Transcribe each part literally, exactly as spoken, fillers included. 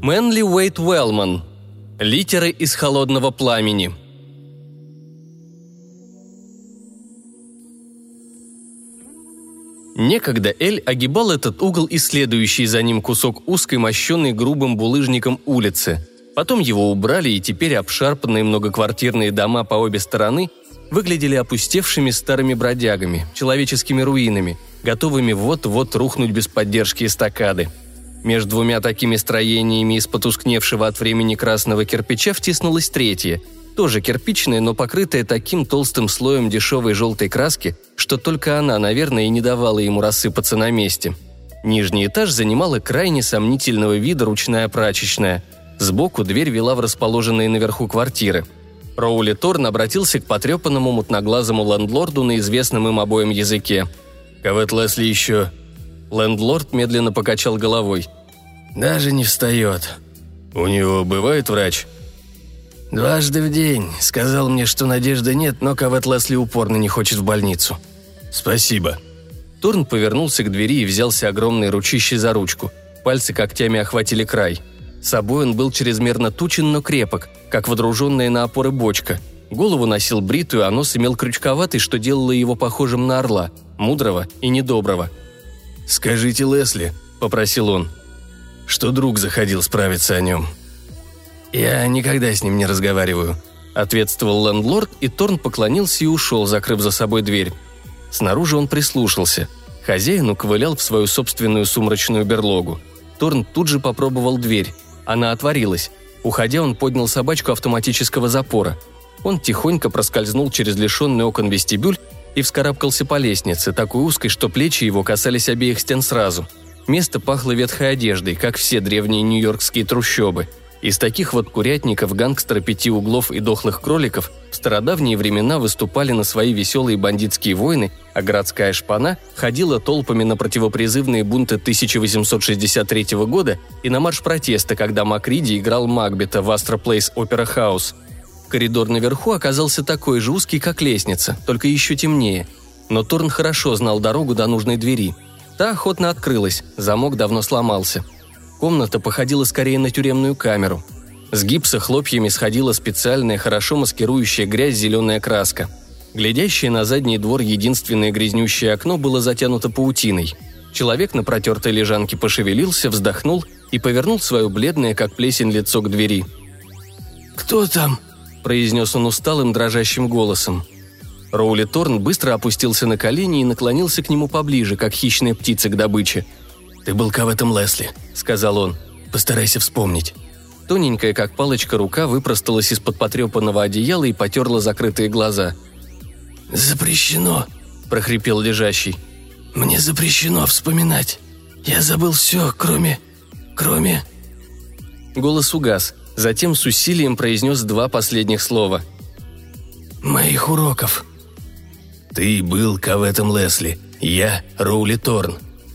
Мэнли Уэйт Уэллман. Литеры из холодного пламени. Некогда Эль огибал этот угол и следующий за ним кусок узкой, мощенной грубым булыжником улицы. Потом его убрали, и теперь обшарпанные многоквартирные дома по обе стороны выглядели опустевшими старыми бродягами, человеческими руинами, готовыми вот-вот рухнуть без поддержки эстакады. Между двумя такими строениями из потускневшего от времени красного кирпича втиснулось третье, тоже кирпичное, но покрытое таким толстым слоем дешевой желтой краски, что только она, наверное, и не давала ему рассыпаться на месте. Нижний этаж занимала крайне сомнительного вида ручная прачечная. Сбоку дверь вела в расположенные наверху квартиры. Роули Торн обратился к потрепанному мутноглазому лендлорду на известном им обоим языке. «Кавет Лесли еще...» Лендлорд медленно покачал головой. «Даже не встает. У него бывает врач?» «Дважды в день. Сказал мне, что надежды нет, но Кавет Лесли упорно не хочет в больницу». «Спасибо». Торн повернулся к двери и взялся огромной ручищей за ручку. Пальцы когтями охватили край. Собой он был чрезмерно тучен, но крепок, как водруженная на опоры бочка. Голову носил бритую, а нос имел крючковатый, что делало его похожим на орла, мудрого и недоброго. «Скажите Лесли», — попросил он, — «что друг заходил справиться о нем». «Я никогда с ним не разговариваю», — ответствовал лендлорд, и Торн поклонился и ушел, закрыв за собой дверь. Снаружи он прислушался. Хозяин уковылял в свою собственную сумрачную берлогу. Торн тут же попробовал дверь. Она отворилась. Уходя, он поднял собачку автоматического запора. Он тихонько проскользнул через лишенный окон вестибюль и вскарабкался по лестнице, такой узкой, что плечи его касались обеих стен сразу. Место пахло ветхой одеждой, как все древние нью-йоркские трущобы. Из таких вот курятников, гангстера пяти углов и дохлых кроликов в стародавние времена выступали на свои веселые бандитские войны, а городская шпана ходила толпами на противопризывные бунты тысяча восемьсот шестьдесят третьего года и на марш протеста, когда Макриди играл Макбета в Астра Плейс Опера Хаус. Коридор наверху оказался такой же узкий, как лестница, только еще темнее. Но Торн хорошо знал дорогу до нужной двери. Та охотно открылась, замок давно сломался. Комната походила скорее на тюремную камеру. С гипса хлопьями сходила специальная, хорошо маскирующая грязь зеленая краска. Глядящее на задний двор единственное грязнющее окно было затянуто паутиной. Человек на протертой лежанке пошевелился, вздохнул и повернул свое бледное, как плесень, лицо к двери. «Кто там?» – произнес он усталым, дрожащим голосом. Роули Торн быстро опустился на колени и наклонился к нему поближе, как хищная птица к добыче. «Ты был Каветом Лесли», — сказал он. «Постарайся вспомнить». Тоненькая, как палочка, рука выпросталась из-под потрепанного одеяла и потерла закрытые глаза. «Запрещено», — прохрипел лежащий. «Мне запрещено вспоминать. Я забыл все, кроме... кроме...» Голос угас, затем с усилием произнес два последних слова. «Моих уроков». «Ты был Каветом Лесли. Я Роули Торн».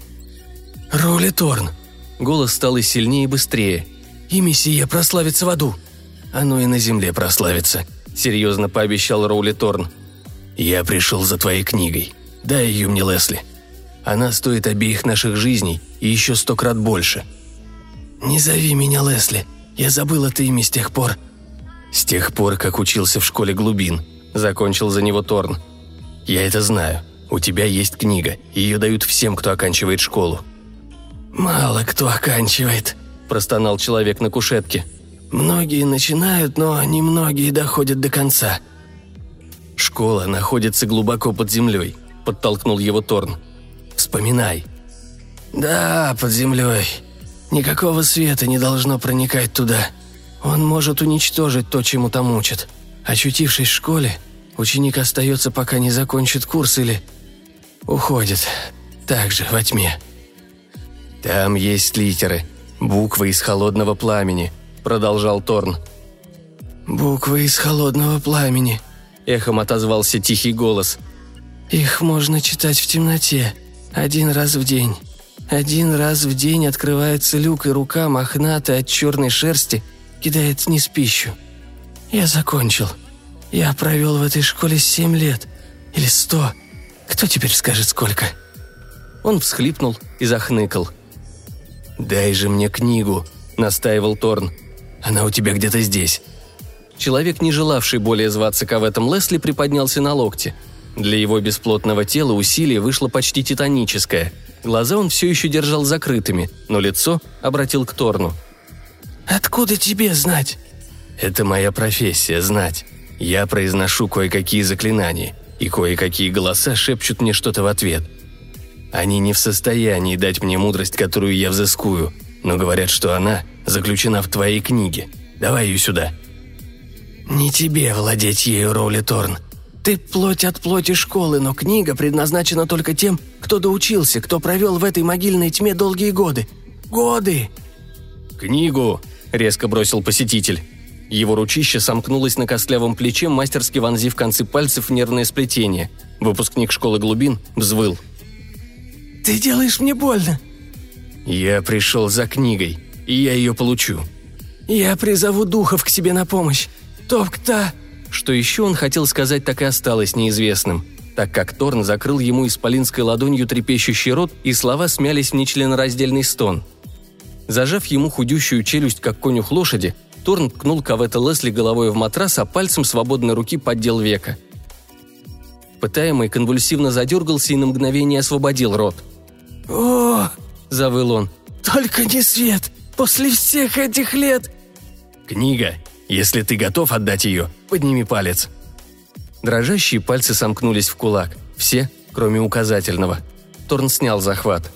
«Роули Торн!» Голос стал и сильнее, и быстрее. «Имя сие прославится в аду!» «Оно и на земле прославится», — серьезно пообещал Роули Торн. «Я пришел за твоей книгой. Дай ее мне, Лесли. Она стоит обеих наших жизней и еще сто крат больше». «Не зови меня Лесли. Я забыл это имя с тех пор». «С тех пор, как учился в школе глубин», — закончил за него Торн. «Я это знаю. У тебя есть книга. Ее дают всем, кто оканчивает школу». «Мало кто оканчивает», – простонал человек на кушетке. «Многие начинают, но немногие доходят до конца». «Школа находится глубоко под землей», – подтолкнул его Торн. «Вспоминай». «Да, под землей. Никакого света не должно проникать туда. Он может уничтожить то, чему там учат. Очутившись в школе, ученик остается, пока не закончит курс или уходит. Так же, во тьме». «Там есть литеры, буквы из холодного пламени», — продолжал Торн. «Буквы из холодного пламени», — эхом отозвался тихий голос. «Их можно читать в темноте, один раз в день. Один раз в день открывается люк, и рука, мохнатая от черной шерсти, кидает вниз пищу. Я закончил. Я провел в этой школе семь лет. Или сто. Кто теперь скажет, сколько?» Он всхлипнул и захныкал. «Дай же мне книгу», – настаивал Торн. «Она у тебя где-то здесь». Человек, не желавший более зваться Каветом Лесли, приподнялся на локте. Для его бесплотного тела усилие вышло почти титаническое. Глаза он все еще держал закрытыми, но лицо обратил к Торну. «Откуда тебе знать?» «Это моя профессия – знать. Я произношу кое-какие заклинания, и кое-какие голоса шепчут мне что-то в ответ. Они не в состоянии дать мне мудрость, которую я взыскую, но говорят, что она заключена в твоей книге. Давай ее сюда». «Не тебе владеть ею, Роули Торн. Ты плоть от плоти школы, но книга предназначена только тем, кто доучился, кто провел в этой могильной тьме долгие годы. Годы!» «Книгу!» – резко бросил посетитель. Его ручище сомкнулось на костлявом плече, мастерски вонзив концы пальцев в нервное сплетение. Выпускник школы глубин взвыл. «Ты делаешь мне больно!» «Я пришел за книгой, и я ее получу». «Я призову духов к себе на помощь. Топ-кта!» Что еще он хотел сказать, так и осталось неизвестным, так как Торн закрыл ему исполинской ладонью трепещущий рот, и слова смялись в нечленораздельный стон. Зажав ему худющую челюсть, как конюх лошади, Торн ткнул Кавета Лесли головой в матрас, а пальцем свободной руки поддел века. Пытаемый конвульсивно задергался и на мгновение освободил рот. «О!» – завыл он. «Только не свет! После всех этих лет!» «Книга! Если ты готов отдать ее, подними палец!» Дрожащие пальцы сомкнулись в кулак. Все, кроме указательного. Торн снял захват.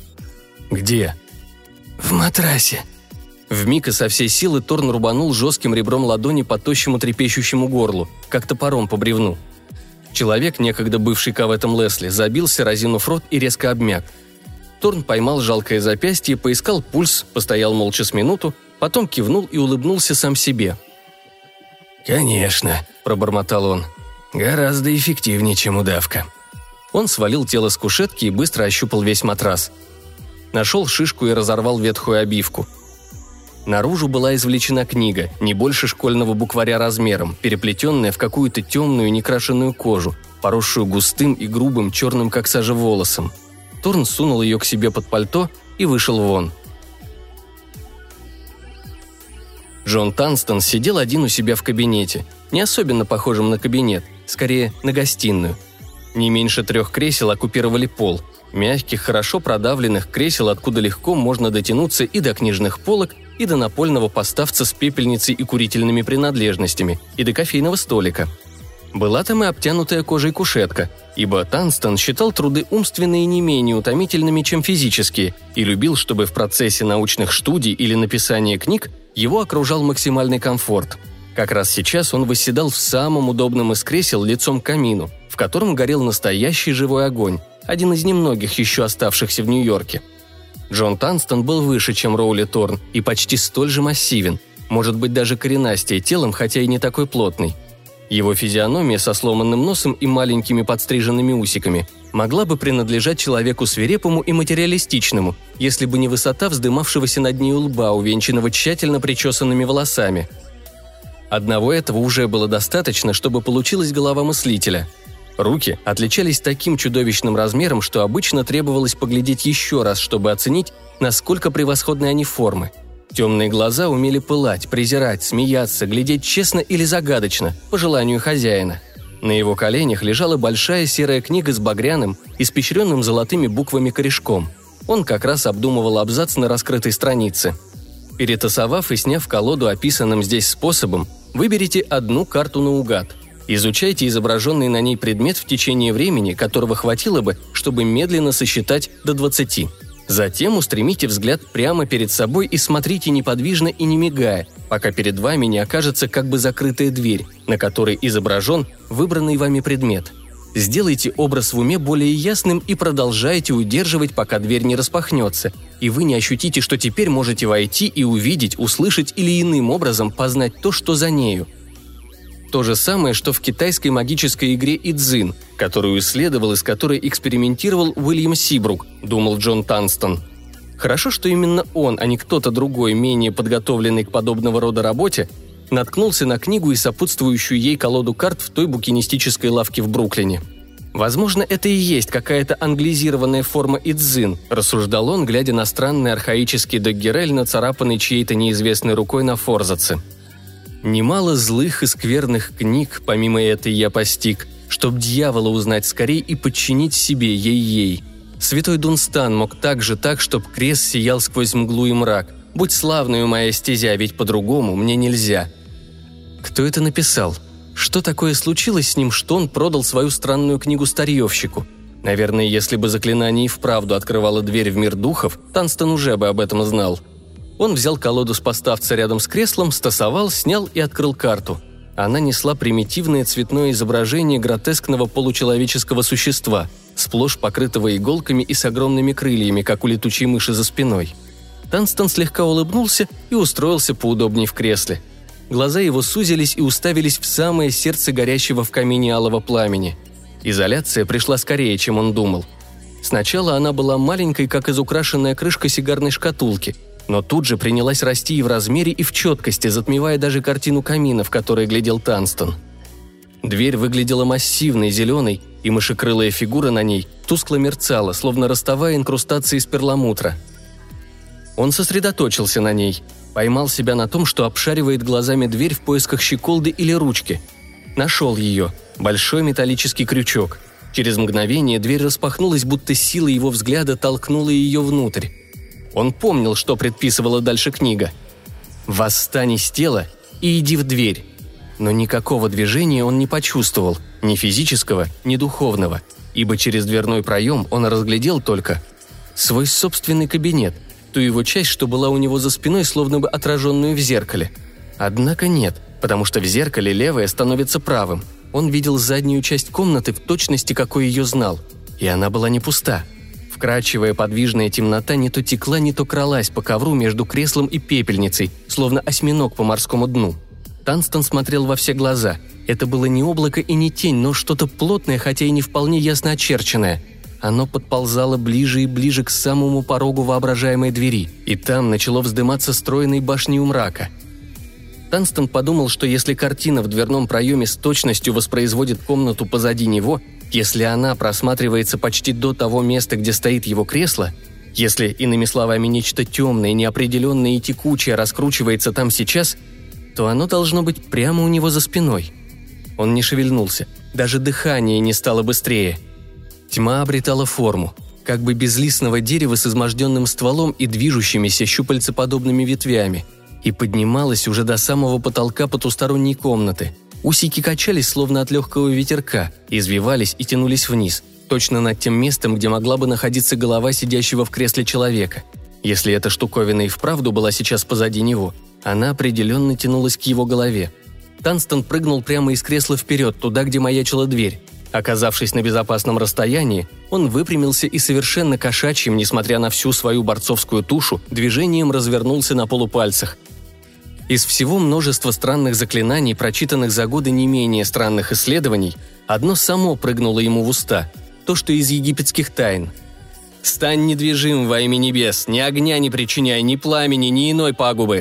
«Где?» «В матрасе». Вмиг и со всей силы Торн рубанул жестким ребром ладони по тощему трепещущему горлу, как топором по бревну. Человек, некогда бывший Каветом Лесли, забился, разинув рот, и резко обмяк. Торн поймал жалкое запястье, поискал пульс, постоял молча с минуту, потом кивнул и улыбнулся сам себе. «Конечно», – пробормотал он, – «гораздо эффективнее, чем удавка». Он свалил тело с кушетки и быстро ощупал весь матрас. Нашел шишку и разорвал ветхую обивку. Наружу была извлечена книга, не больше школьного букваря размером, переплетенная в какую-то темную некрашенную кожу, поросшую густым и грубым черным как сажа волосом. Торн сунул ее к себе под пальто и вышел вон. Джон Танстон сидел один у себя в кабинете, не особенно похожем на кабинет, скорее на гостиную. Не меньше трех кресел оккупировали пол, мягких, хорошо продавленных кресел, откуда легко можно дотянуться и до книжных полок, и до напольного поставца с пепельницей и курительными принадлежностями, и до кофейного столика. Была там и обтянутая кожей кушетка, ибо Танстон считал труды умственные не менее утомительными, чем физические, и любил, чтобы в процессе научных студий или написания книг его окружал максимальный комфорт. Как раз сейчас он восседал в самом удобном из кресел лицом к камину, в котором горел настоящий живой огонь, один из немногих еще оставшихся в Нью-Йорке. Джон Танстон был выше, чем Роули Торн, и почти столь же массивен, может быть, даже коренастее телом, хотя и не такой плотный. Его физиономия со сломанным носом и маленькими подстриженными усиками могла бы принадлежать человеку свирепому и материалистичному, если бы не высота вздымавшегося над ней лба, увенчанного тщательно причесанными волосами. Одного этого уже было достаточно, чтобы получилась голова мыслителя. Руки отличались таким чудовищным размером, что обычно требовалось поглядеть еще раз, чтобы оценить, насколько превосходны они формы. Темные глаза умели пылать, презирать, смеяться, глядеть честно или загадочно, по желанию хозяина. На его коленях лежала большая серая книга с багряным, испещренным золотыми буквами корешком. Он как раз обдумывал абзац на раскрытой странице. Перетасовав и сняв колоду описанным здесь способом, выберите одну карту наугад. Изучайте изображенный на ней предмет в течение времени, которого хватило бы, чтобы медленно сосчитать до двадцати. Затем устремите взгляд прямо перед собой и смотрите неподвижно и не мигая, пока перед вами не окажется как бы закрытая дверь, на которой изображен выбранный вами предмет. Сделайте образ в уме более ясным и продолжайте удерживать, пока дверь не распахнется, и вы не ощутите, что теперь можете войти и увидеть, услышать или иным образом познать то, что за нею. То же самое, что в китайской магической игре «Идзин», которую исследовал и с которой экспериментировал Уильям Сибрук, думал Джон Танстон. Хорошо, что именно он, а не кто-то другой, менее подготовленный к подобного рода работе, наткнулся на книгу и сопутствующую ей колоду карт в той букинистической лавке в Бруклине. «Возможно, это и есть какая-то англизированная форма идзин», – рассуждал он, глядя на странный архаический доггерель, нацарапанный чьей-то неизвестной рукой на форзаце. «Немало злых и скверных книг, помимо этой, я постиг, чтоб дьявола узнать скорей и подчинить себе ей-ей. Святой Дунстан мог так же так, чтоб крест сиял сквозь мглу и мрак. Будь славною моя стезя, ведь по-другому мне нельзя». Кто это написал? Что такое случилось с ним, что он продал свою странную книгу старьевщику? Наверное, если бы заклинание и вправду открывало дверь в мир духов, Танстон уже бы об этом знал. Он взял колоду с поставца рядом с креслом, стасовал, снял и открыл карту. Она несла примитивное цветное изображение гротескного получеловеческого существа, сплошь покрытого иголками и с огромными крыльями, как у летучей мыши за спиной. Танстон слегка улыбнулся и устроился поудобнее в кресле. Глаза его сузились и уставились в самое сердце горящего в камине алого пламени. Изоляция пришла скорее, чем он думал. Сначала она была маленькой, как изукрашенная крышка сигарной шкатулки, но тут же принялась расти и в размере, и в четкости, затмевая даже картину камина, в которой глядел Танстон. Дверь выглядела массивной, зеленой, и мышекрылая фигура на ней тускло мерцала, словно ростовая инкрустация из перламутра. Он сосредоточился на ней, поймал себя на том, что обшаривает глазами дверь в поисках щеколды или ручки. Нашел ее. Большой металлический крючок. Через мгновение дверь распахнулась, будто сила его взгляда толкнула ее внутрь. Он помнил, что предписывала дальше книга. «Восстань из тела и иди в дверь». Но никакого движения он не почувствовал, ни физического, ни духовного, ибо через дверной проем он разглядел только свой собственный кабинет, ту его часть, что была у него за спиной, словно бы отраженную в зеркале. Однако нет, потому что в зеркале левое становится правым. Он видел заднюю часть комнаты в точности, какой ее знал, и она была не пуста. Вкрадчивая подвижная темнота не то текла, не то кралась по ковру между креслом и пепельницей, словно осьминог по морскому дну. Танстон смотрел во все глаза. Это было не облако и не тень, но что-то плотное, хотя и не вполне ясно очерченное. Оно подползало ближе и ближе к самому порогу воображаемой двери, и там начало вздыматься стройной башней у мрака. Танстон подумал, что если картина в дверном проеме с точностью воспроизводит комнату позади него, если она просматривается почти до того места, где стоит его кресло, если, иными словами, нечто темное, неопределенное и текучее раскручивается там сейчас, то оно должно быть прямо у него за спиной. Он не шевельнулся, даже дыхание не стало быстрее. Тьма обретала форму, как бы безлистного дерева с изможденным стволом и движущимися щупальцеподобными ветвями, и поднималась уже до самого потолка потусторонней комнаты. Усики качались, словно от легкого ветерка, извивались и тянулись вниз, точно над тем местом, где могла бы находиться голова сидящего в кресле человека. Если эта штуковина и вправду была сейчас позади него, она определенно тянулась к его голове. Танстон прыгнул прямо из кресла вперед, туда, где маячила дверь. Оказавшись на безопасном расстоянии, он выпрямился и совершенно кошачьим, несмотря на всю свою борцовскую тушу, движением развернулся на полупальцах. Из всего множества странных заклинаний, прочитанных за годы не менее странных исследований, одно само прыгнуло ему в уста – то, что из египетских тайн. «Стань недвижим во имя небес, ни огня не причиняй, ни пламени, ни иной пагубы».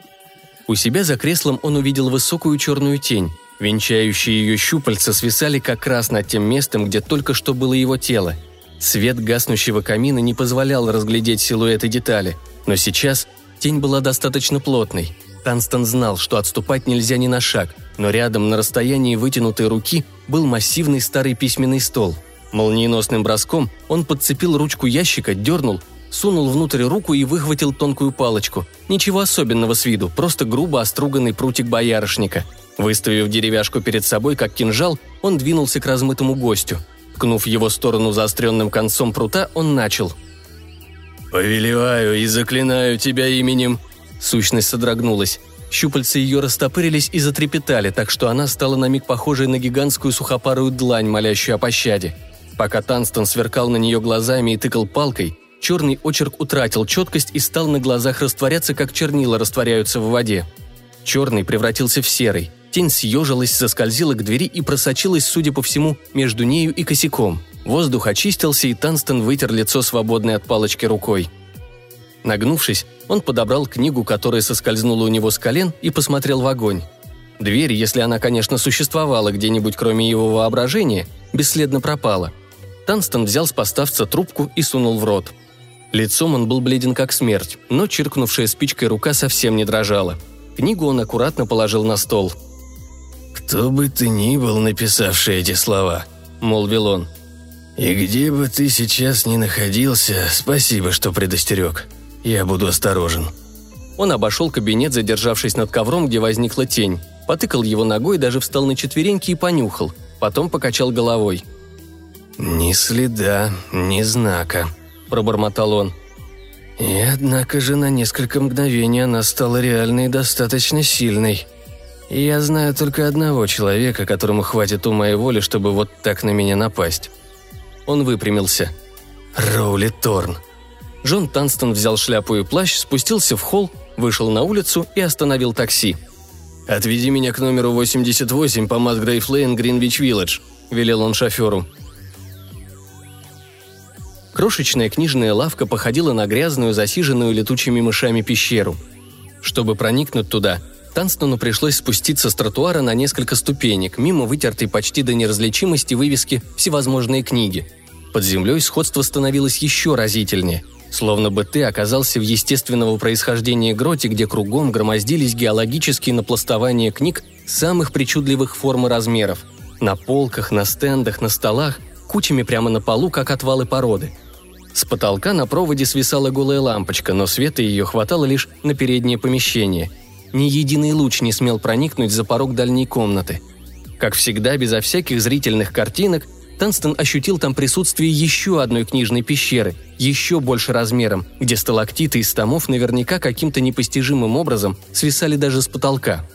У себя за креслом он увидел высокую черную тень. Венчающие ее щупальца свисали как раз над тем местом, где только что было его тело. Свет гаснущего камина не позволял разглядеть силуэты детали, но сейчас тень была достаточно плотной. Танстон знал, что отступать нельзя ни на шаг, но рядом, на расстоянии вытянутой руки, был массивный старый письменный стол. Молниеносным броском он подцепил ручку ящика, дернул, сунул внутрь руку и выхватил тонкую палочку. Ничего особенного с виду, просто грубо оструганный прутик боярышника. Выставив деревяшку перед собой, как кинжал, он двинулся к размытому гостю. Ткнув в его сторону заостренным концом прута, он начал. «Повелеваю и заклинаю тебя именем». Сущность содрогнулась. Щупальца ее растопырились и затрепетали, так что она стала на миг похожей на гигантскую сухопарую длань, молящую о пощаде. Пока Танстон сверкал на нее глазами и тыкал палкой, черный очерк утратил четкость и стал на глазах растворяться, как чернила растворяются в воде. Черный превратился в серый. Тень съежилась, соскользила к двери и просочилась, судя по всему, между нею и косяком. Воздух очистился, и Танстон вытер лицо свободной от палочки рукой. Нагнувшись, он подобрал книгу, которая соскользнула у него с колен, и посмотрел в огонь. Дверь, если она, конечно, существовала где-нибудь кроме его воображения, бесследно пропала. Танстон взял с поставца трубку и сунул в рот. Лицом он был бледен как смерть, но чиркнувшая спичкой рука совсем не дрожала. Книгу он аккуратно положил на стол. «Кто бы ты ни был, написавший эти слова», — молвил он. «И где бы ты сейчас ни находился, спасибо, что предостерег. Я буду осторожен». Он обошел кабинет, задержавшись над ковром, где возникла тень, потыкал его ногой, даже встал на четвереньки и понюхал, потом покачал головой. «Ни следа, ни знака», — пробормотал он. «И однако же на несколько мгновений она стала реальной и достаточно сильной. И я знаю только одного человека, которому хватит ума и воли, чтобы вот так на меня напасть». Он выпрямился. «Роули Торн». Джон Танстон взял шляпу и плащ, спустился в холл, вышел на улицу и остановил такси. «Отведи меня к номеру восемьдесят восемь по Масгрейв-Лейн, Гринвич-Виллидж», — велел он шоферу. Крошечная книжная лавка походила на грязную, засиженную летучими мышами пещеру. Чтобы проникнуть туда, Танстону пришлось спуститься с тротуара на несколько ступенек, мимо вытертой почти до неразличимости вывески «Всевозможные книги». Под землей сходство становилось еще разительнее. Словно бы ты оказался в естественного происхождения гроте, где кругом громоздились геологические напластования книг самых причудливых форм и размеров. На полках, на стендах, на столах, кучами прямо на полу, как отвалы породы. С потолка на проводе свисала голая лампочка, но света ее хватало лишь на переднее помещение. Ни единый луч не смел проникнуть за порог дальней комнаты. Как всегда, безо всяких зрительных картинок, Танстон ощутил там присутствие еще одной книжной пещеры, еще больше размером, где сталактиты из томов наверняка каким-то непостижимым образом свисали даже с потолка.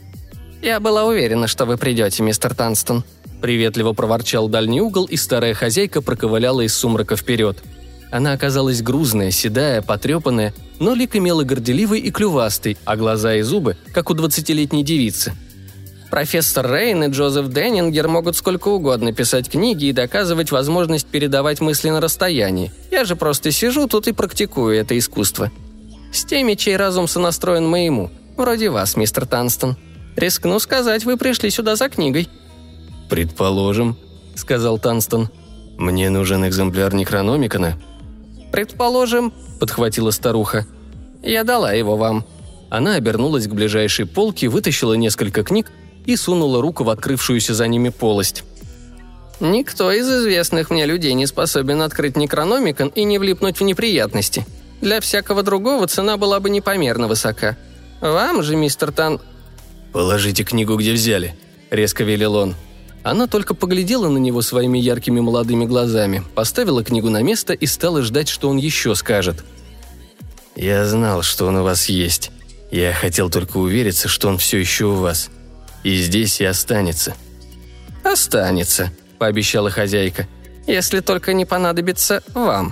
«Я была уверена, что вы придете, мистер Танстон», — приветливо проворчал дальний угол, и старая хозяйка проковыляла из сумрака вперед. Она оказалась грузная, седая, потрепанная, но лик имела горделивый и клювастый, а глаза и зубы, как у двадцатилетней девицы. «Профессор Рейн и Джозеф Деннингер могут сколько угодно писать книги и доказывать возможность передавать мысли на расстоянии. Я же просто сижу тут и практикую это искусство. С теми, чей разум сонастроен моему, вроде вас, мистер Танстон. Рискну сказать, вы пришли сюда за книгой». «Предположим», — сказал Танстон. «Мне нужен экземпляр Некрономикона». «Предположим», — подхватила старуха. «Я дала его вам». Она обернулась к ближайшей полке, вытащила несколько книг и сунула руку в открывшуюся за ними полость. «Никто из известных мне людей не способен открыть Некрономикон и не влипнуть в неприятности. Для всякого другого цена была бы непомерно высока. Вам же, мистер Тан...» «Положите книгу, где взяли», — резко велел он. Она только поглядела на него своими яркими молодыми глазами, поставила книгу на место и стала ждать, что он еще скажет. «Я знал, что он у вас есть. Я хотел только увериться, что он все еще у вас. И здесь и останется». «Останется», — пообещала хозяйка, — «если только не понадобится вам».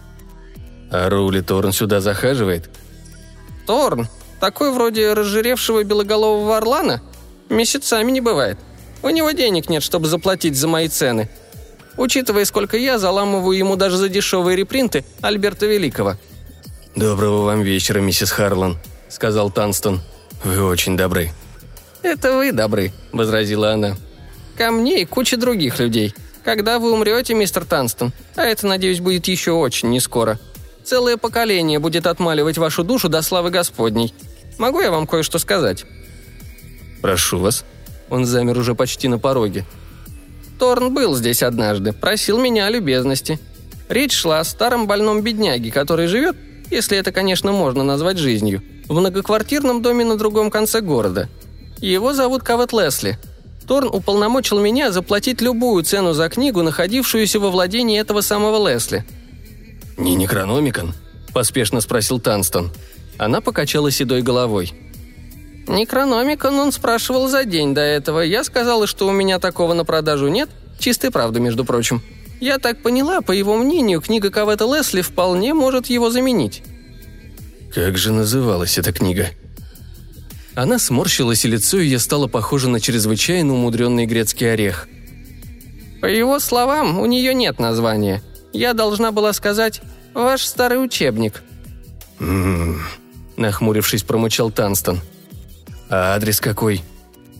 «А Роули Торн сюда захаживает?» «Торн? Такой вроде разжиревшего белоголового орлана? Месяцами не бывает. У него денег нет, чтобы заплатить за мои цены. Учитывая, сколько я заламываю ему даже за дешевые репринты Альберта Великого». «Доброго вам вечера, миссис Харлан», — сказал Танстон. «Вы очень добры». «Это вы добры», — возразила она. «Ко мне и куча других людей. Когда вы умрете, мистер Танстон, а это, надеюсь, будет еще очень нескоро, целое поколение будет отмаливать вашу душу до славы Господней. Могу я вам кое-что сказать?» «Прошу вас». Он замер уже почти на пороге. «Торн был здесь однажды, просил меня о любезности. Речь шла о старом больном бедняге, который живет, если это, конечно, можно назвать жизнью, в многоквартирном доме на другом конце города. Его зовут Кавет Лесли. Торн уполномочил меня заплатить любую цену за книгу, находившуюся во владении этого самого Лесли». «Не Некрономикон?» – поспешно спросил Танстон. Она покачала седой головой. «Некрономикон он спрашивал за день до этого. Я сказала, что у меня такого на продажу нет. Чистая правда, между прочим. Я так поняла, по его мнению, книга Кавета Лесли вполне может его заменить». «Как же называлась эта книга?» Она сморщилась, и лицо ее стало похоже на чрезвычайно умудренный грецкий орех. «По его словам, у нее нет названия. Я должна была сказать «Ваш старый учебник». «М-м-м», нахмурившись, промычал Танстон. «А адрес какой?»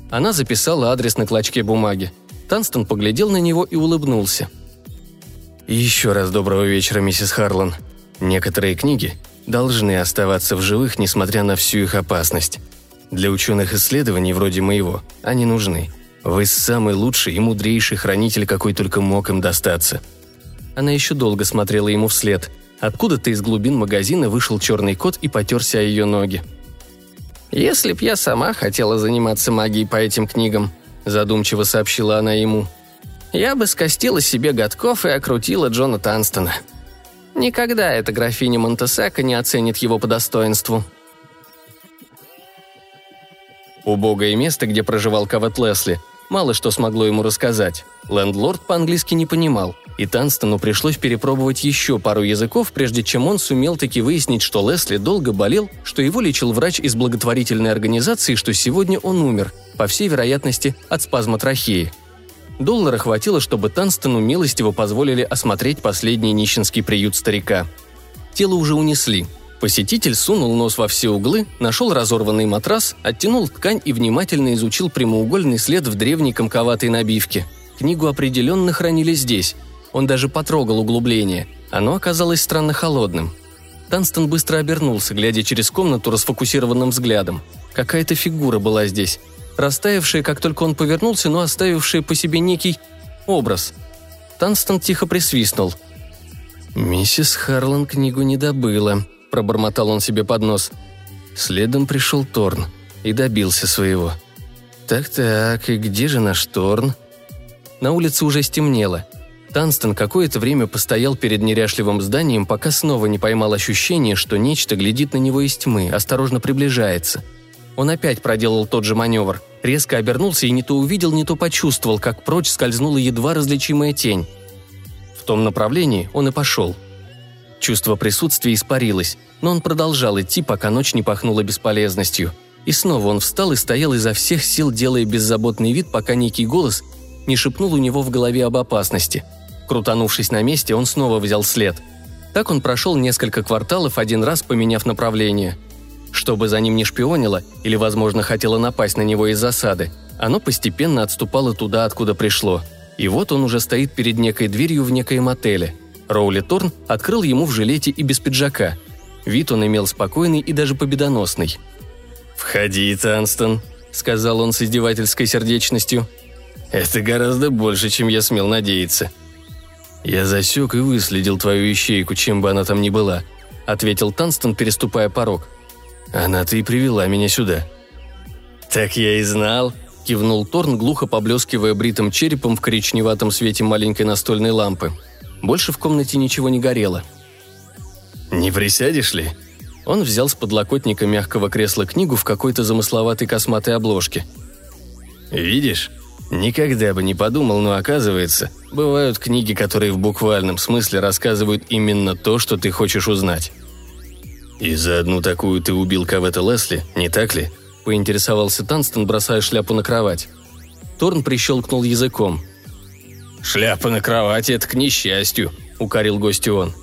Она записала адрес на клочке бумаги. Танстон поглядел на него и улыбнулся. «Еще раз доброго вечера, миссис Харлан. Некоторые книги должны оставаться в живых, несмотря на всю их опасность. Для ученых исследований вроде моего они нужны. Вы самый лучший и мудрейший хранитель, какой только мог им достаться». Она еще долго смотрела ему вслед. Откуда-то из глубин магазина вышел черный кот и потерся о ее ноги. «Если б я сама хотела заниматься магией по этим книгам», – задумчиво сообщила она ему, – «я бы скостила себе годков и окрутила Джона Танстона. Никогда эта графиня Монтесака не оценит его по достоинству». Убогое место, где проживал Кавет Лесли, мало что смогло ему рассказать. Лендлорд по-английски не понимал, и Танстону пришлось перепробовать еще пару языков, прежде чем он сумел таки выяснить, что Лесли долго болел, что его лечил врач из благотворительной организации, что сегодня он умер, по всей вероятности, от спазма трахеи. Доллара хватило, чтобы Танстону милостиво позволили осмотреть последний нищенский приют старика. Тело уже унесли. Посетитель сунул нос во все углы, нашел разорванный матрас, оттянул ткань и внимательно изучил прямоугольный след в древней комковатой набивке. Книгу определенно хранили здесь. Он даже потрогал углубление. Оно оказалось странно холодным. Танстон быстро обернулся, глядя через комнату расфокусированным взглядом. Какая-то фигура была здесь. Растаявшая, как только он повернулся, но оставившая по себе некий образ. Танстон тихо присвистнул. «Миссис Харлан книгу не добыла», – пробормотал он себе под нос. Следом пришел Торн и добился своего. «Так-так, и где же наш Торн?» На улице уже стемнело. Танстон какое-то время постоял перед неряшливым зданием, пока снова не поймал ощущение, что нечто глядит на него из тьмы, осторожно приближается. Он опять проделал тот же маневр, резко обернулся и не то увидел, не то почувствовал, как прочь скользнула едва различимая тень. В том направлении он и пошел. Чувство присутствия испарилось, но он продолжал идти, пока ночь не пахнула бесполезностью. И снова он встал и стоял изо всех сил, делая беззаботный вид, пока некий голос не шепнул у него в голове об опасности. Крутанувшись на месте, он снова взял след. Так он прошел несколько кварталов, один раз поменяв направление. Чтобы за ним не шпионило или, возможно, хотело напасть на него из засады, оно постепенно отступало туда, откуда пришло. И вот он уже стоит перед некой дверью в некоем отеле. Роули Торн открыл ему в жилете и без пиджака. Вид он имел спокойный и даже победоносный. «Входи, Танстон», — сказал он с издевательской сердечностью. «Это гораздо больше, чем я смел надеяться». «Я засек и выследил твою ищейку, чем бы она там ни была», — ответил Танстон, переступая порог. «Она-то и привела меня сюда». «Так я и знал», — кивнул Торн, глухо поблескивая бритым черепом в коричневатом свете маленькой настольной лампы. Больше в комнате ничего не горело. «Не присядешь ли?» Он взял с подлокотника мягкого кресла книгу в какой-то замысловатой косматой обложке. «Видишь? Никогда бы не подумал, но оказывается, бывают книги, которые в буквальном смысле рассказывают именно то, что ты хочешь узнать». «И за одну такую ты убил Кавета Лесли, не так ли?» – поинтересовался Танстон, бросая шляпу на кровать. Торн прищелкнул языком. «Шляпа на кровати – это к несчастью», – укорил гостю он.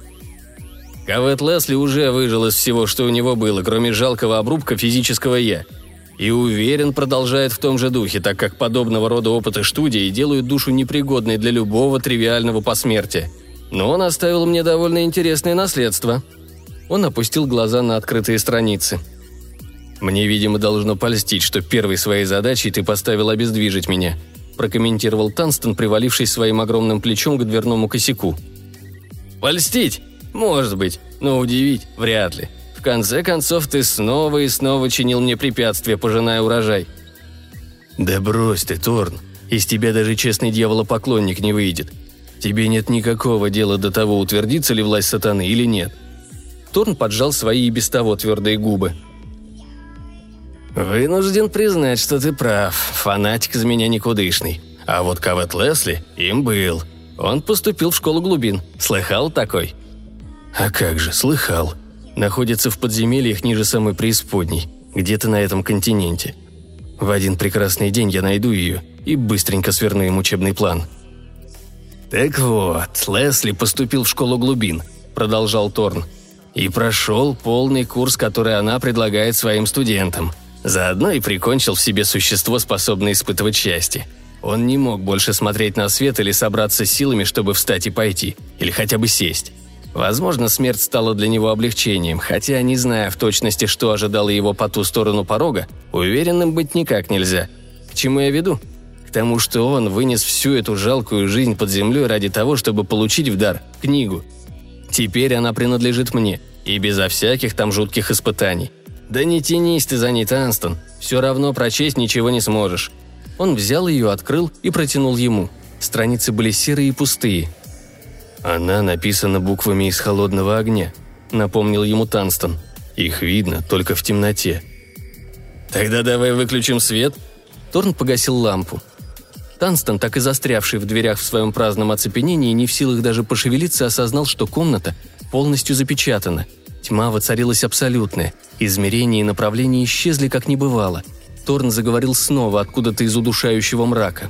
Кавет Лесли уже выжил из всего, что у него было, кроме жалкого обрубка физического «я». И уверен, продолжает в том же духе, так как подобного рода опыты студии делают душу непригодной для любого тривиального посмертия. Но он оставил мне довольно интересное наследство. Он опустил глаза на открытые страницы. «Мне, видимо, должно польстить, что первой своей задачей ты поставил обездвижить меня», прокомментировал Танстон, привалившись своим огромным плечом к дверному косяку. «Польстить? Может быть, но удивить вряд ли. В конце концов, ты снова и снова чинил мне препятствия, пожиная урожай». «Да брось ты, Торн, из тебя даже честный дьяволопоклонник не выйдет. Тебе нет никакого дела до того, утвердится ли власть сатаны или нет». Торн поджал свои и без того твердые губы. «Вынужден признать, что ты прав. Фанатик из меня никудышный. А вот Кавет Лесли им был. Он поступил в школу глубин. Слыхал такой?» «А как же, слыхал. Находится в подземельях ниже самой преисподней, где-то на этом континенте. В один прекрасный день я найду ее и быстренько сверну им учебный план». «Так вот, Лесли поступил в школу глубин», – продолжал Торн. «И прошел полный курс, который она предлагает своим студентам. Заодно и прикончил в себе существо, способное испытывать счастье. Он не мог больше смотреть на свет или собраться силами, чтобы встать и пойти, или хотя бы сесть. Возможно, смерть стала для него облегчением, хотя, не зная в точности, что ожидало его по ту сторону порога, уверенным быть никак нельзя. К чему я веду? К тому, что он вынес всю эту жалкую жизнь под землей ради того, чтобы получить в дар книгу. Теперь она принадлежит мне, и безо всяких там жутких испытаний. Да не тянись ты за ней, Танстон, все равно прочесть ничего не сможешь. Он взял ее, открыл и протянул ему. Страницы были серые и пустые. «Она написана буквами из холодного огня», — напомнил ему Танстон. «Их видно только в темноте». «Тогда давай выключим свет». Торн погасил лампу. Танстон, так и застрявший в дверях в своем праздном оцепенении, не в силах даже пошевелиться, осознал, что комната полностью запечатана. Тьма воцарилась абсолютная. Измерения и направления исчезли, как не бывало. Торн заговорил снова откуда-то из удушающего мрака.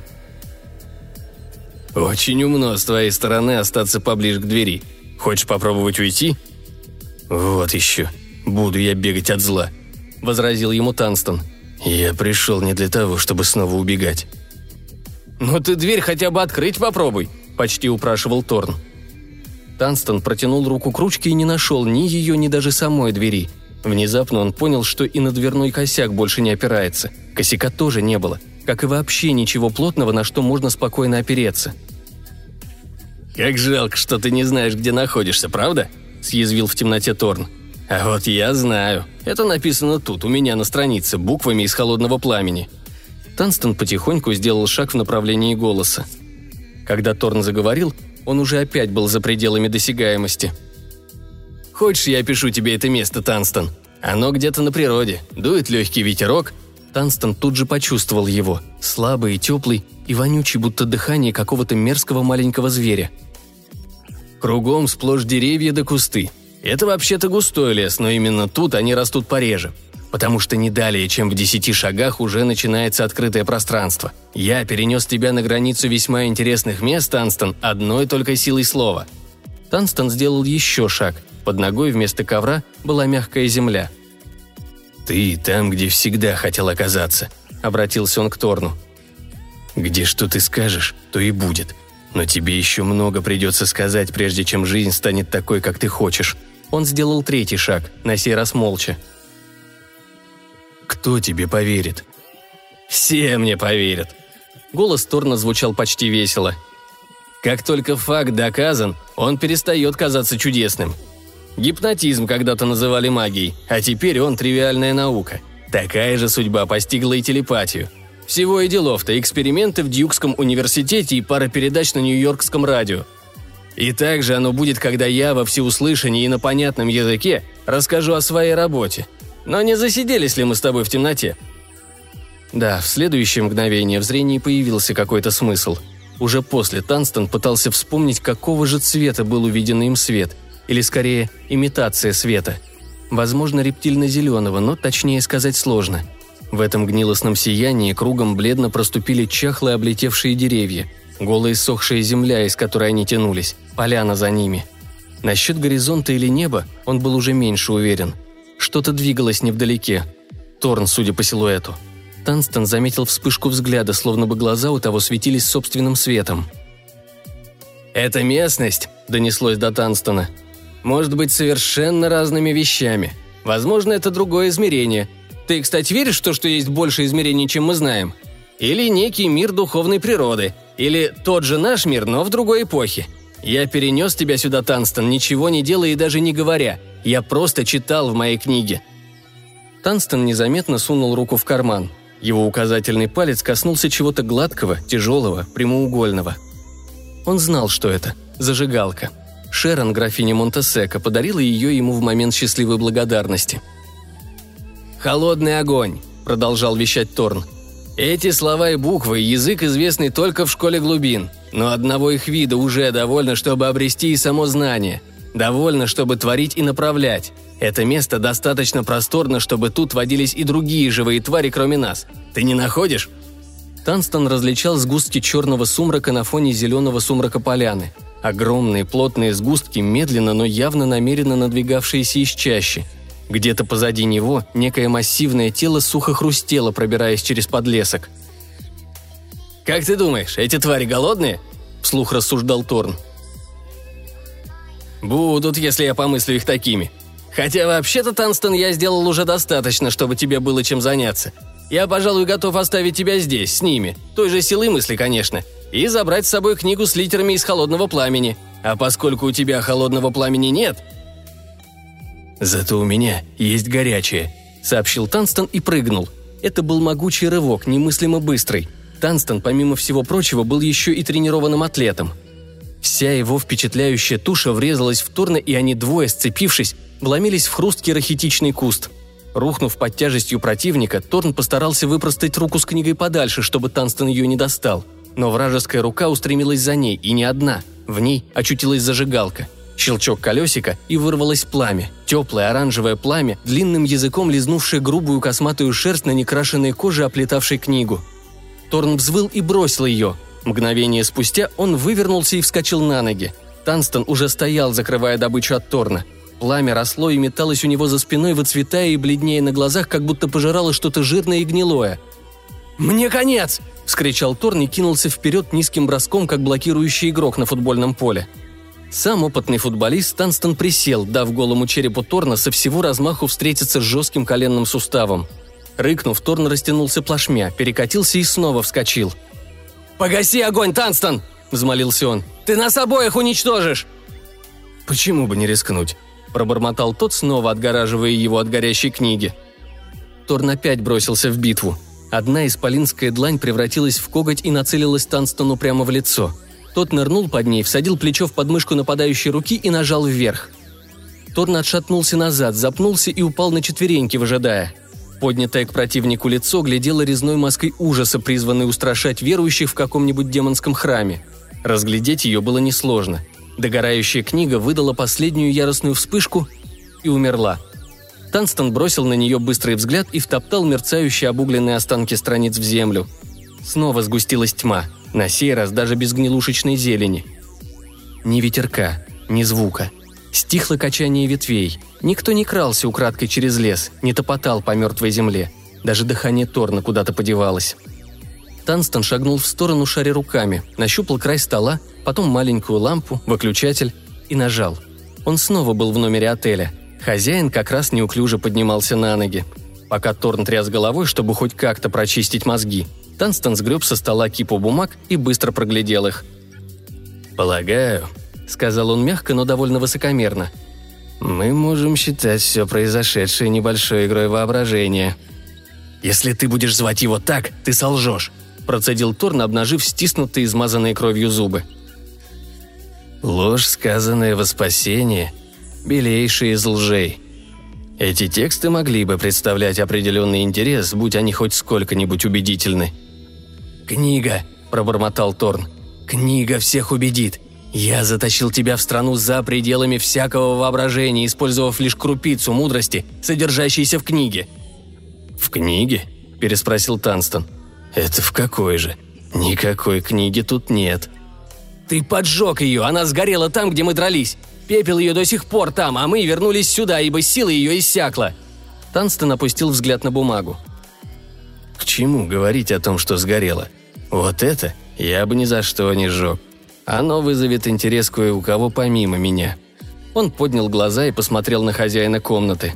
«Очень умно с твоей стороны остаться поближе к двери. Хочешь попробовать уйти?» «Вот еще. Буду я бегать от зла», — возразил ему Танстон. «Я пришел не для того, чтобы снова убегать». «Ну ты дверь хотя бы открыть попробуй», — почти упрашивал Торн. Танстон протянул руку к ручке и не нашел ни ее, ни даже самой двери. Внезапно он понял, что и на дверной косяк больше не опирается. Косяка тоже не было, как и вообще ничего плотного, на что можно спокойно опереться. «Как жалко, что ты не знаешь, где находишься, правда?» – съязвил в темноте Торн. «А вот я знаю. Это написано тут, у меня на странице, буквами из холодного пламени». Танстон потихоньку сделал шаг в направлении голоса. Когда Торн заговорил, он уже опять был за пределами досягаемости. «Хочешь, я опишу тебе это место, Танстон? Оно где-то на природе. Дует легкий ветерок». Танстон тут же почувствовал его, слабый и теплый, и вонючий, будто дыхание какого-то мерзкого маленького зверя. Кругом сплошь деревья да кусты. Это вообще-то густой лес, но именно тут они растут пореже. Потому что не далее, чем в десяти шагах, уже начинается открытое пространство. Я перенес тебя на границу весьма интересных мест, Танстон, одной только силой слова». Танстон сделал еще шаг. Под ногой вместо ковра была мягкая земля. «Ты там, где всегда хотел оказаться», — обратился он к Торну. «Где что ты скажешь, то и будет. Но тебе еще много придется сказать, прежде чем жизнь станет такой, как ты хочешь». Он сделал третий шаг, на сей раз молча. «Кто тебе поверит?» «Все мне поверят». Голос Торна звучал почти весело. «Как только факт доказан, он перестает казаться чудесным. Гипнотизм когда-то называли магией, а теперь он тривиальная наука. Такая же судьба постигла и телепатию. Всего и делов-то, эксперименты в Дьюкском университете и пара передач на Нью-Йоркском радио. И так же оно будет, когда я во всеуслышании и на понятном языке расскажу о своей работе. Но не засиделись ли мы с тобой в темноте?» Да, в следующее мгновение в зрении появился какой-то смысл. Уже после Танстон пытался вспомнить, какого же цвета был увиденный им свет, или скорее имитация света. Возможно, рептильно-зеленого, но точнее сказать сложно. В этом гнилостном сиянии кругом бледно проступили чахлые облетевшие деревья, голая иссохшая земля, из которой они тянулись, поляна за ними. Насчет горизонта или неба он был уже меньше уверен. Что-то двигалось невдалеке. Торн, судя по силуэту. Танстон заметил вспышку взгляда, словно бы глаза у того светились собственным светом. «Эта местность», — донеслось до Танстона, — «может быть совершенно разными вещами. Возможно, это другое измерение. Ты, кстати, веришь в то, что есть больше измерений, чем мы знаем? Или некий мир духовной природы. Или тот же наш мир, но в другой эпохе. Я перенес тебя сюда, Танстон, ничего не делая и даже не говоря. Я просто читал в моей книге». Танстон незаметно сунул руку в карман. Его указательный палец коснулся чего-то гладкого, тяжелого, прямоугольного. Он знал, что это – зажигалка. Шерон, графиня Монтесека, подарила ее ему в момент счастливой благодарности. «Холодный огонь», – продолжал вещать Торн. «Эти слова и буквы – язык, известный только в школе глубин, но одного их вида уже довольно, чтобы обрести и само знание. Довольно, чтобы творить и направлять. Это место достаточно просторно, чтобы тут водились и другие живые твари, кроме нас. Ты не находишь?» Танстон различал сгустки черного сумрака на фоне зеленого сумрака поляны. Огромные плотные сгустки, медленно, но явно намеренно надвигавшиеся из чащи. Где-то позади него некое массивное тело сухо хрустело, пробираясь через подлесок. «Как ты думаешь, эти твари голодные?» – вслух рассуждал Торн. «Будут, если я помыслю их такими. Хотя вообще-то, Танстон, я сделал уже достаточно, чтобы тебе было чем заняться. Я, пожалуй, готов оставить тебя здесь, с ними, той же силы мысли, конечно, и забрать с собой книгу с литерами из «Холодного пламени». А поскольку у тебя холодного пламени нет...» «Зато у меня есть горячее», — сообщил Танстон и прыгнул. Это был могучий рывок, немыслимо быстрый. Танстон, помимо всего прочего, был еще и тренированным атлетом. Вся его впечатляющая туша врезалась в Торна, и они двое, сцепившись, вломились в хрусткий рахитичный куст. Рухнув под тяжестью противника, Торн постарался выпростать руку с книгой подальше, чтобы Танстон ее не достал. Но вражеская рука устремилась за ней, и не одна. В ней очутилась зажигалка. Щелчок колесика, и вырвалось пламя. Теплое оранжевое пламя, длинным языком лизнувшее грубую косматую шерсть на некрашенной коже, оплетавшей книгу. Торн взвыл и бросил ее. Мгновение спустя он вывернулся и вскочил на ноги. Танстон уже стоял, закрывая добычу от Торна. Пламя росло и металось у него за спиной, выцветая и бледнее на глазах, как будто пожирало что-то жирное и гнилое. «Мне конец!» – вскричал Торн и кинулся вперед низким броском, как блокирующий игрок на футбольном поле. Сам опытный футболист Танстон присел, дав голому черепу Торна со всего размаху встретиться с жестким коленным суставом. Рыкнув, Торн растянулся плашмя, перекатился и снова вскочил. «Погаси огонь, Танстон!» – взмолился он. «Ты нас обоих уничтожишь!» «Почему бы не рискнуть?» – пробормотал тот, снова отгораживая его от горящей книги. Торн опять бросился в битву. Одна исполинская длань превратилась в коготь и нацелилась Танстону прямо в лицо. Тот нырнул под ней, всадил плечо в подмышку нападающей руки и нажал вверх. Торн отшатнулся назад, запнулся и упал на четвереньки, выжидая. Поднятое к противнику лицо глядело резной маской ужаса, призванной устрашать верующих в каком-нибудь демонском храме. Разглядеть ее было несложно. Догорающая книга выдала последнюю яростную вспышку и умерла. Танстон бросил на нее быстрый взгляд и втоптал мерцающие обугленные останки страниц в землю. Снова сгустилась тьма, на сей раз даже без гнилушечной зелени. Ни ветерка, ни звука. Стихло качание ветвей. Никто не крался украдкой через лес, не топотал по мертвой земле. Даже дыхание Торна куда-то подевалось. Танстон шагнул в сторону, шаря руками, нащупал край стола, потом маленькую лампу, выключатель и нажал. Он снова был в номере отеля. Хозяин как раз неуклюже поднимался на ноги. Пока Торн тряс головой, чтобы хоть как-то прочистить мозги, Танстон сгреб со стола кипу бумаг и быстро проглядел их. «Полагаю», — сказал он мягко, но довольно высокомерно, «мы можем считать все произошедшее небольшой игрой воображения». «Если ты будешь звать его так, ты солжешь», — процедил Торн, обнажив стиснутые, измазанные кровью зубы. «Ложь, сказанная во спасение, белейшая из лжей. Эти тексты могли бы представлять определенный интерес, будь они хоть сколько-нибудь убедительны». «Книга», – пробормотал Торн. «Книга всех убедит. Я затащил тебя в страну за пределами всякого воображения, использовав лишь крупицу мудрости, содержащейся в книге». «В книге?» – переспросил Танстон. «Это в какой же? Никакой книги тут нет». «Ты поджег ее, она сгорела там, где мы дрались. Пепел ее до сих пор там, а мы вернулись сюда, ибо сила ее иссякла». Танстон опустил взгляд на бумагу. «К чему говорить о том, что сгорело? Вот это я бы ни за что не сжег. Оно вызовет интерес кое у кого помимо меня». Он поднял глаза и посмотрел на хозяина комнаты.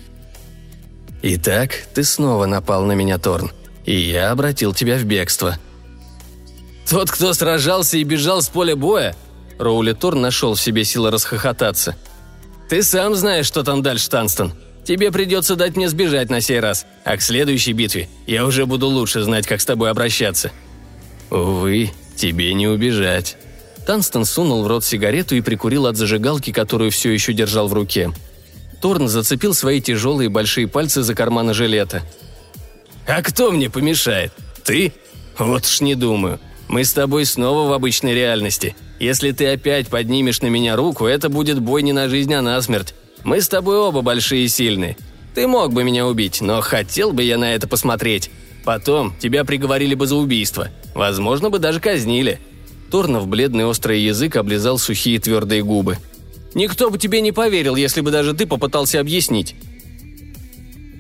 «Итак, ты снова напал на меня, Торн, и я обратил тебя в бегство». «Тот, кто сражался и бежал с поля боя?» Роули Торн нашел в себе силы расхохотаться. «Ты сам знаешь, что там дальше, Танстон. Тебе придется дать мне сбежать на сей раз, а к следующей битве я уже буду лучше знать, как с тобой обращаться». «Увы, тебе не убежать». Танстон сунул в рот сигарету и прикурил от зажигалки, которую все еще держал в руке. Торн зацепил свои тяжелые большие пальцы за карманы жилета. «А кто мне помешает? Ты? Вот уж не думаю. Мы с тобой снова в обычной реальности. Если ты опять поднимешь на меня руку, это будет бой не на жизнь, а на смерть. Мы с тобой оба большие и сильные. Ты мог бы меня убить, но хотел бы я на это посмотреть. Потом тебя приговорили бы за убийство. Возможно, бы даже казнили». Торнов бледный острый язык облизал сухие твердые губы. «Никто бы тебе не поверил, если бы даже ты попытался объяснить».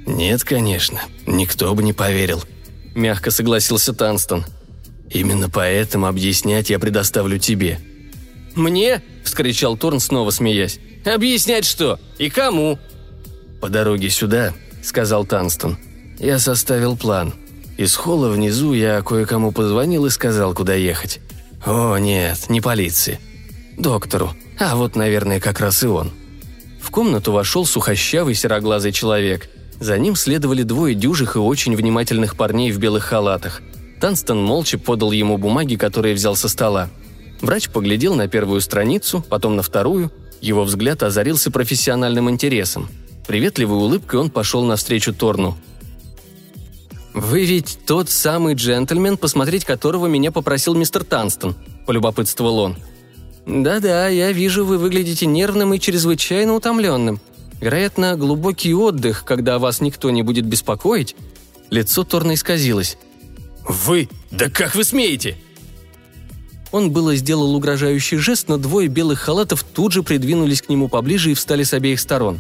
«Нет, конечно, никто бы не поверил», – мягко согласился Танстон. «Именно поэтому объяснять я предоставлю тебе». «Мне?» – вскричал Торн, снова смеясь. «Объяснять что? И кому?» «По дороге сюда», – сказал Танстон, – «я составил план. Из холла внизу я кое-кому позвонил и сказал, куда ехать. О, нет, не полиции. Доктору. А вот, наверное, как раз и он». В комнату вошел сухощавый сероглазый человек. За ним следовали двое дюжих и очень внимательных парней в белых халатах. Танстон молча подал ему бумаги, которые взял со стола. Врач поглядел на первую страницу, потом на вторую. Его взгляд озарился профессиональным интересом. Приветливой улыбкой он пошел навстречу Торну. «Вы ведь тот самый джентльмен, посмотреть которого меня попросил мистер Танстон», – полюбопытствовал он. «Да-да, я вижу, вы выглядите нервным и чрезвычайно утомленным. Вероятно, глубокий отдых, когда вас никто не будет беспокоить». Лицо Торна исказилось. «Вы? Да как вы смеете?» Он было сделал угрожающий жест, но двое белых халатов тут же придвинулись к нему поближе и встали с обеих сторон.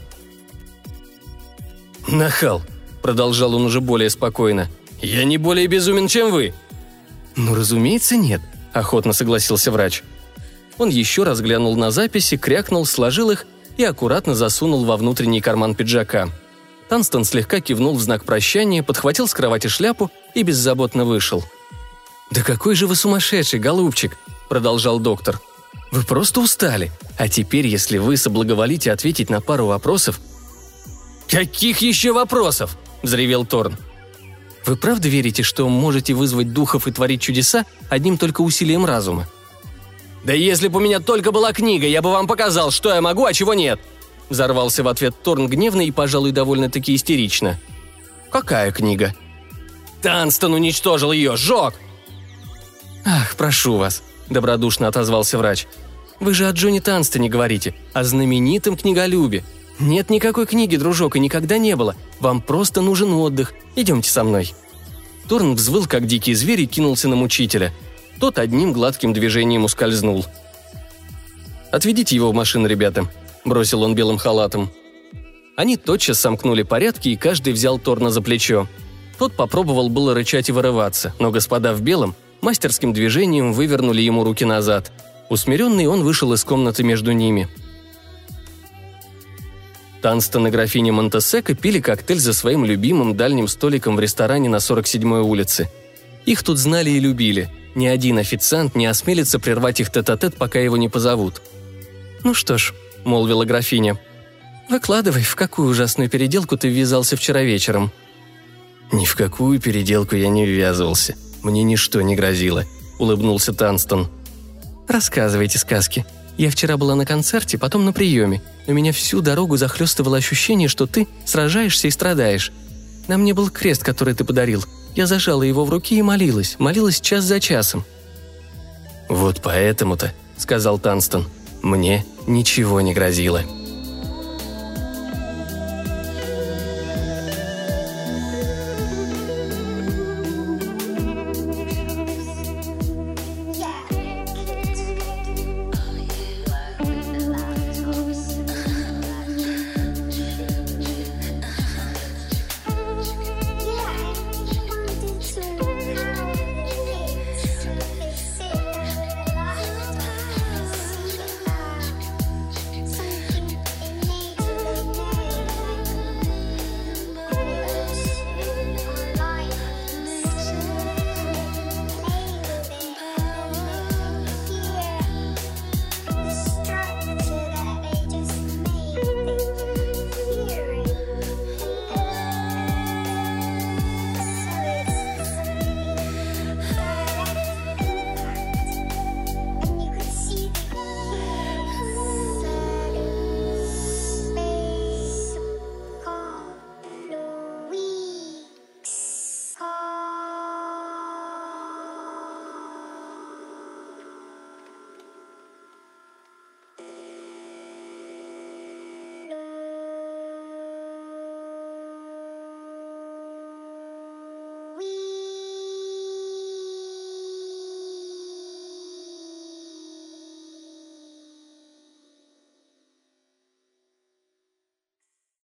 «Нахал», – продолжал он уже более спокойно. «Я не более безумен, чем вы». «Ну, разумеется, нет», – охотно согласился врач. Он еще раз глянул на записи, крякнул, сложил их и аккуратно засунул во внутренний карман пиджака. Танстон слегка кивнул в знак прощания, подхватил с кровати шляпу и беззаботно вышел. «Да какой же вы сумасшедший, голубчик!» – продолжал доктор. «Вы просто устали. А теперь, если вы соблаговолите ответить на пару вопросов...» «Каких еще вопросов?» – взревел Торн. «Вы правда верите, что можете вызвать духов и творить чудеса одним только усилием разума?» «Да если бы у меня только была книга, я бы вам показал, что я могу, а чего нет!» Взорвался в ответ Торн гневно и, пожалуй, довольно-таки истерично. «Какая книга?» «Танстон уничтожил ее, сжег!» «Ах, прошу вас», – добродушно отозвался врач. «Вы же о Джонни Танстоне говорите, о знаменитом книголюбе. Нет никакой книги, дружок, и никогда не было. Вам просто нужен отдых. Идемте со мной». Торн взвыл, как дикий зверь, и кинулся на мучителя. Тот одним гладким движением ускользнул. «Отведите его в машину, ребята», – бросил он белым халатом. Они тотчас сомкнули порядки, и каждый взял Торна за плечо. Тот попробовал было рычать и вырываться, но господа в белом мастерским движением вывернули ему руки назад. Усмиренный он вышел из комнаты между ними. Танстон и графиня Монтесека пили коктейль за своим любимым дальним столиком в ресторане на сорок седьмой улице. Их тут знали и любили. Ни один официант не осмелится прервать их тет-а-тет, пока его не позовут. «Ну что ж», — молвила графиня, — «выкладывай, в какую ужасную переделку ты ввязался вчера вечером». «Ни в какую переделку я не ввязывался. Мне ничто не грозило», — улыбнулся Танстон. «Рассказывайте сказки. Я вчера была на концерте, потом на приеме. У меня всю дорогу захлестывало ощущение, что ты сражаешься и страдаешь. На мне был крест, который ты подарил. Я зажала его в руки и молилась, молилась час за часом». «Вот поэтому-то», — сказал Танстон, — «мне ничего не грозило».